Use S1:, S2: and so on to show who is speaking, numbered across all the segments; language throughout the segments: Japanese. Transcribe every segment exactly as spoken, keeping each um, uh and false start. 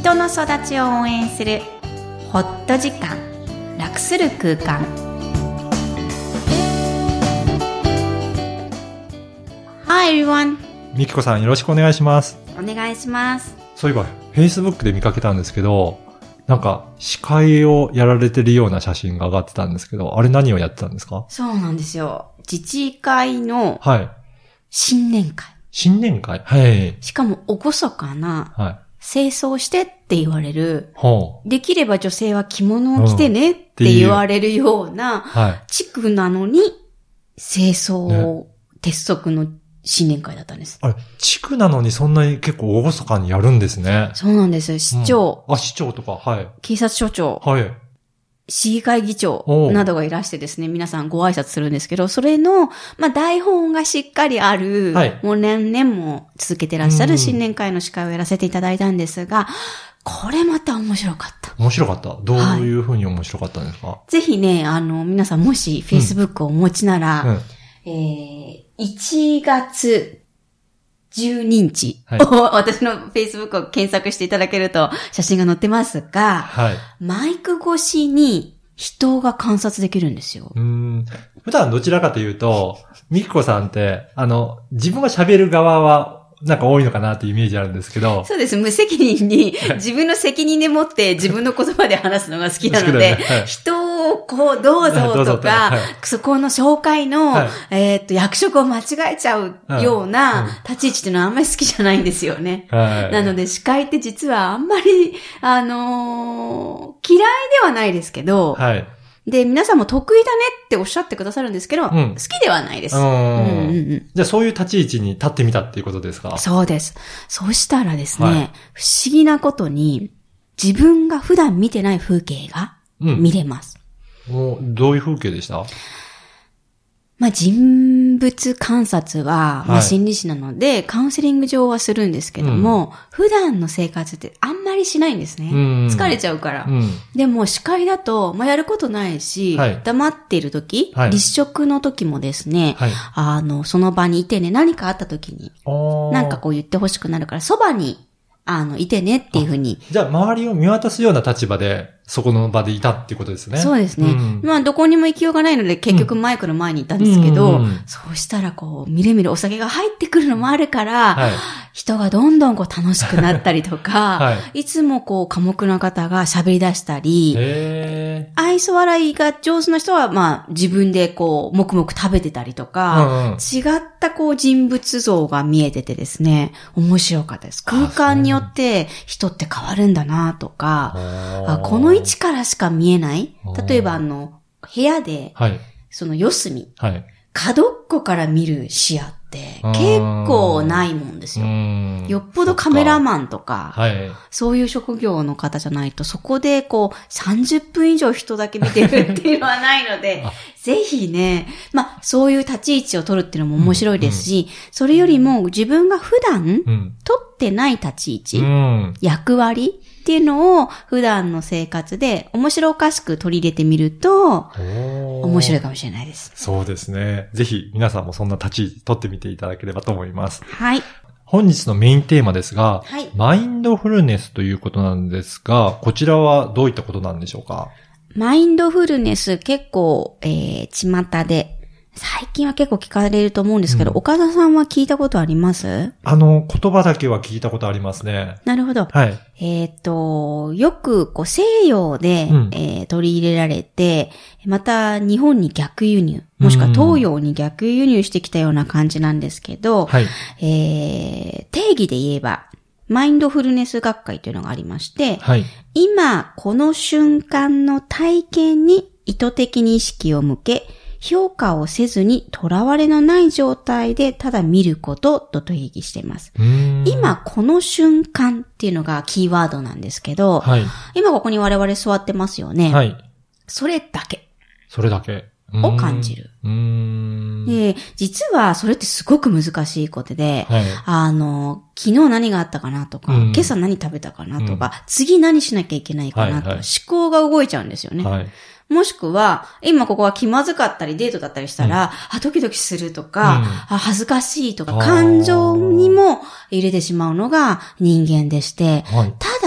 S1: 人の育ちを応援するホット時間、楽する空間。Hi everyone。
S2: みきこさんよろしくお願いします。
S1: お願いします。
S2: そういえば Facebook で見かけたんですけど、なんか司会をやられてるような写真が上がってたんですけど、あれ何をやってたんですか？
S1: そうなんですよ。自治会の
S2: はい
S1: 新年会。
S2: 新年会、はい。
S1: しかもおごそかな、
S2: はい、
S1: 清掃してって言われる、
S2: ほう、
S1: できれば女性は着物を着てねって言われるような、地区なのに清掃鉄則の新年会だったんです。
S2: あれ、地区なのにそんなに結構厳かにやるんですね。
S1: そうなんです。市長、
S2: うん、あ、市長とか、はい。
S1: 警察署長、
S2: はい。
S1: 市議会議長などがいらしてですね、皆さんご挨拶するんですけど、それの、まあ、台本がしっかりある、はい、もう年々も続けてらっしゃる新年会の司会をやらせていただいたんですが、これまた面白かった。
S2: 面白かった。どういうふうに面白かったんですか？はい、
S1: ぜひね、あの、皆さんもし Facebook をお持ちなら、うんうん、えー、いちがつじゅうににち、はい、私の Facebook を検索していただけると写真が載ってますが、はい、マイク越しに人が観察できるんですよ。
S2: うーん、普段どちらかというと、みきこさんって、あの、自分が喋る側は、なんか多いのかなっていうイメージあるんですけど。
S1: そうです。無責任に自分の責任でもって自分の言葉で話すのが好きなので、ね、はい、人をこうどうぞとか、はい、そこの紹介の、はい、えー、っと役職を間違えちゃうような立ち位置っていうのはあんまり好きじゃないんですよね。はい、なので司会って実はあんまり、あのー、嫌いではないですけど、はい、で、皆さんも得意だねっておっしゃってくださるんですけど、うん、好きではないです。うんうんうん、
S2: じゃあそういう立ち位置に立ってみたっていうことですか？
S1: そうです。そうしたらですね、はい、不思議なことに、自分が普段見てない風景が見れます。
S2: うん、もうどういう風景でした？
S1: まあ、人物観察は、まあ、心理師なので、はい、カウンセリング上はするんですけども、うん、普段の生活ってあんまりしないんですね。うん、疲れちゃうから。うん、でも、司会だと、まあ、やることないし、はい、黙っているとき、はい、立食のときもですね、はい、あの、その場にいてね、何かあったときに、なんかこう言ってほしくなるから、そばに、あの、いてねっていうふうに。
S2: じゃあ、周りを見渡すような立場で、そこの場でいたっていうことですね。
S1: そうですね。うん、まあ、どこにも行きようがないので、結局マイクの前にいたんですけど、うんうんうん、そうしたらこう、みるみるお酒が入ってくるのもあるから、はい、人がどんどんこう楽しくなったりとか、はい、いつもこう、寡黙な方が喋り出したり、へー、愛想笑いが上手な人は、まあ、自分でこう、黙々食べてたりとか、うんうん、違ったこう、人物像が見えててですね、面白かったです。空間によって人って変わるんだなとか、あ、この位置からしか見えない。例えばあの、部屋で、はい、その四隅、はい、角っこから見る視野って結構ないもんですよ。よっぽどカメラマンとか、はい、そういう職業の方じゃないと、そこでこうさんじゅっぷん以上人だけ見てるっていうのはないので、ぜひね、まあそういう立ち位置を取るっていうのも面白いですし、うんうん、それよりも自分が普段、うん、取ってない立ち位置、うん、役割っていうのを普段の生活で面白おかしく取り入れてみると面白いかもしれないです。
S2: そうですね。ぜひ皆さんもそんな立ち位置取ってみていただければと思います。
S1: はい。
S2: 本日のメインテーマですが、はい、マインドフルネスということなんですが、こちらはどういったことなんでしょうか？
S1: マインドフルネス結構、えー、巷で最近は結構聞かれると思うんですけど、うん、岡田さんは聞いたことあります？
S2: あの、言葉だけは聞いたことありますね。
S1: なるほど。はい。えっと、よくこう西洋で、うん、えー、取り入れられて、また日本に逆輸入、もしくは東洋に逆輸入してきたような感じなんですけど、はい、えー、定義で言えば、マインドフルネス学会というのがありまして、はい、今この瞬間の体験に意図的に意識を向け、評価をせずにとらわれのない状態でただ見ることと定義しています。今この瞬間っていうのがキーワードなんですけど、はい、今ここに我々座ってますよね。はい、それだけ。
S2: それだけ。
S1: を感じる。うーんで、実はそれってすごく難しいことで、はい、あの、昨日何があったかなとか、今朝何食べたかなとか、うん、次何しなきゃいけないかなとか、はいはい、思考が動いちゃうんですよね。はい、もしくは、今ここは気まずかったりデートだったりしたら、うん、あ、ドキドキするとか、うん、あ、恥ずかしいとか、感情にも入れてしまうのが人間でして、はい、た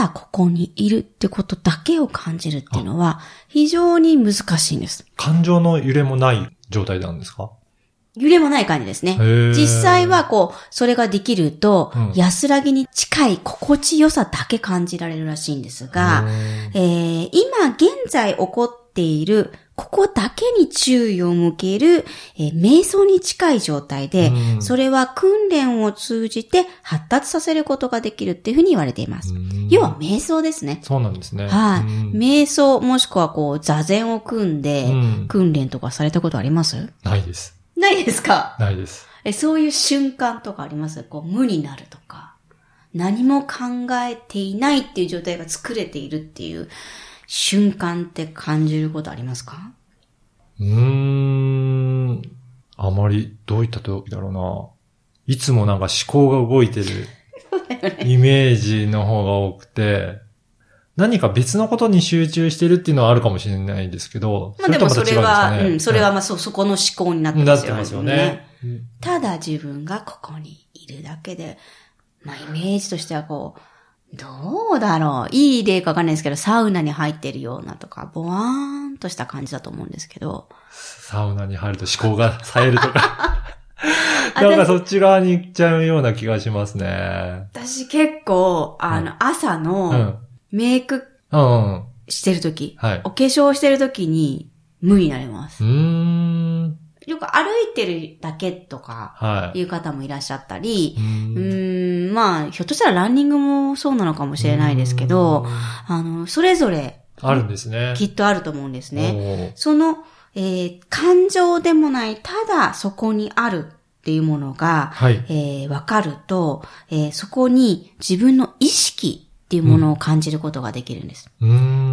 S1: だここにいるってことだけを感じるっていうのは非常に難しいんです。
S2: 感情の揺れもない状態なんですか？
S1: 揺れもない感じですね。実際はこう、それができると、うん、安らぎに近い心地よさだけ感じられるらしいんですが、えー、今現在起こっている、ここだけに注意を向ける、えー、瞑想に近い状態で、うん、それは訓練を通じて発達させることができるっていうふうに言われています。要は瞑想ですね。
S2: そうなんですね。
S1: はい。瞑想もしくはこう座禅を組んで、訓練とかされたことあります？
S2: ないです。
S1: ないですか？
S2: ないです。
S1: え、そういう瞬間とかあります？こう無になるとか、何も考えていないっていう状態が作れているっていう瞬間って感じることありますか？
S2: うーん。あまり、どういった時だろうな。いつもなんか思考が動いてるイメージの方が多くて、何か別のことに集中してるっていうのはあるかもしれないですけど、
S1: まあでもそれは、うん、それはまあそ、そこの思考になってますよね。なってますよね。ただ自分がここにいるだけで、まあイメージとしてはこう、どうだろう。いい例かわかんないですけど、サウナに入ってるようなとか、ボワーンとした感じだと思うんですけど。
S2: サウナに入ると思考が冴えるとか。なんかそっち側に行っちゃうような気がしますね。
S1: 私結構、あの、朝の、うんメイクしてるとき、うんうんはい、お化粧してるときに無になります。
S2: うーん
S1: よく歩いてるだけとかいう方もいらっしゃったり、はい、うーんまあ、ひょっとしたらランニングもそうなのかもしれないですけど、あの、それぞれ、
S2: あるんですね。
S1: きっとあると思うんですね。その、えー、感情でもない、ただそこにあるっていうものが、はいえー、分かると、えー、そこに自分の意識っていうものを感じることができるんです。
S2: うん、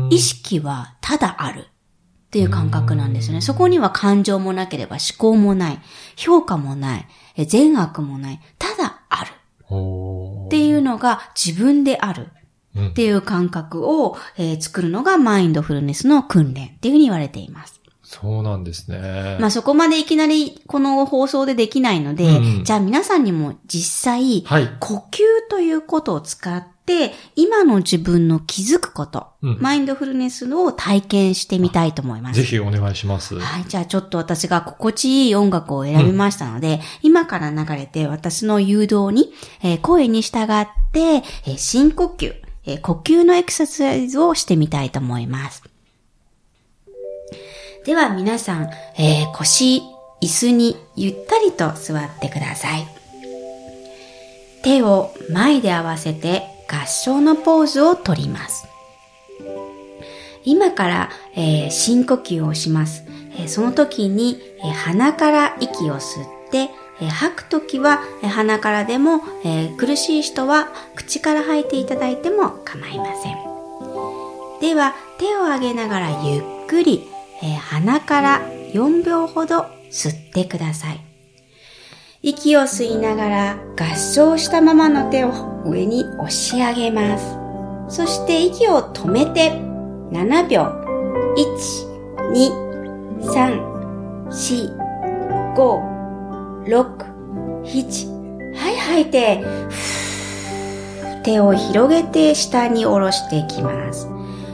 S1: 意識はただあるっていう感覚なんですよね。そこには感情もなければ思考もない、評価もない、善悪もない、ただあるっていうのが自分であるっていう感覚を、えー、作るのがマインドフルネスの訓練っていうふうに言われています。
S2: そうなんですね。
S1: まあそこまでいきなりこの放送でできないので、うん、じゃあ皆さんにも実際、はい、呼吸ということを使って、今の自分の気づくこと、うん、マインドフルネスを体験してみたいと思います。
S2: ぜひお願いします。
S1: はい。じゃあちょっと私が心地いい音楽を選びましたので、うん、今から流れて私の誘導に、えー、声に従って、えー、深呼吸、えー、呼吸のエクササイズをしてみたいと思います。では皆さん、えー、腰、椅子にゆったりと座ってください。手を前で合わせて合掌のポーズをとります。今から、えー、深呼吸をします。えー、その時に、えー、鼻から息を吸って、えー、吐く時は、えー、鼻からでも、えー、苦しい人は口から吐いていただいても構いません。では手を上げながらゆっくりえー、鼻からよんびょうほど吸ってください。息を吸いながら合掌したままの手を上に押し上げます。そして息を止めてななびょう。いち、に、さん、よん、ご、ろく、なな。はい吐いて、手を広げて下に下ろしていきます。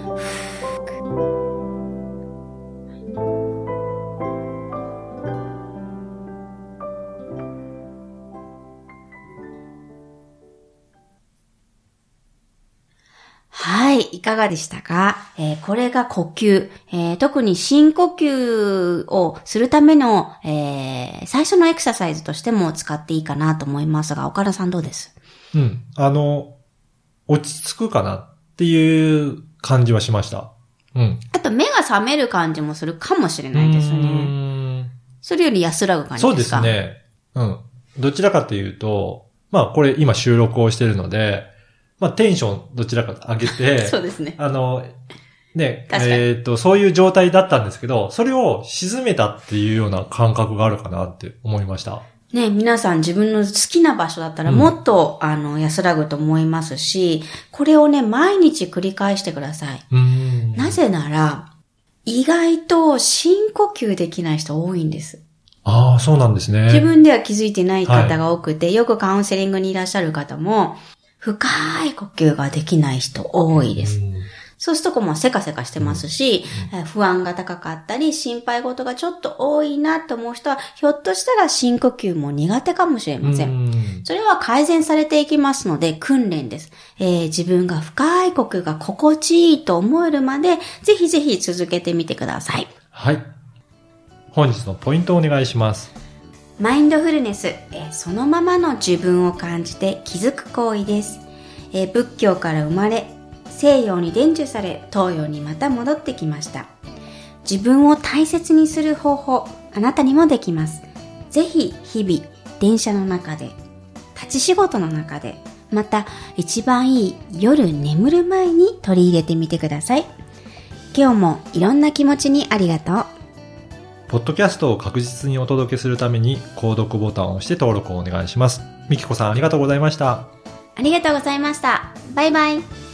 S1: はい、いかがでしたか？えー、これが呼吸、えー、特に深呼吸をするための、えー、最初のエクササイズとしても使っていいかなと思いますが、岡田さんどうです？
S2: うん、あの、落ち着くかなっていう感じはしました。うん。
S1: あと目が覚める感じもするかもしれないですね。うーんそれより安らぐ感じですか？
S2: そうですね。うん。どちらかというと、まあこれ今収録をしているので、まあテンションどちらか上げて、
S1: そうですね。
S2: あの、ね、えっと、そういう状態だったんですけど、それを沈めたっていうような感覚があるかなって思いました。
S1: ね、皆さん自分の好きな場所だったらもっと、うん、あの、安らぐと思いますし、これをね、毎日繰り返してください。
S2: うーん
S1: なぜなら、意外と深呼吸できない人多いんです。
S2: ああ、そうなんですね。
S1: 自分では気づいてない方が多くて、はい、よくカウンセリングにいらっしゃる方も、 深い呼吸ができない人多いです。
S2: うん
S1: そうするとこうもうせかせかしてますし、うん、不安が高かったり、心配事がちょっと多いなと思う人は、ひょっとしたら深呼吸も苦手かもしれません。うん、それは改善されていきますので、訓練です。えー、自分が深い呼吸が心地いいと思えるまで、ぜひぜひ続けてみてください。
S2: はい。本日のポイントをお願いします。
S1: マインドフルネス、えー、そのままの自分を感じて気づく行為です。えー、仏教から生まれ、西洋に伝授され、東洋にまた戻ってきました。自分を大切にする方法、あなたにもできます。ぜひ日々、電車の中で、立ち仕事の中で、また一番いい夜眠る前に取り入れてみてください。今日もいろんな気持ちにありがとう。
S2: ポッドキャストを確実にお届けするために、購読ボタンを押して登録をお願いします。みきこさんありがとうございました。
S1: ありがとうございました。バイバイ。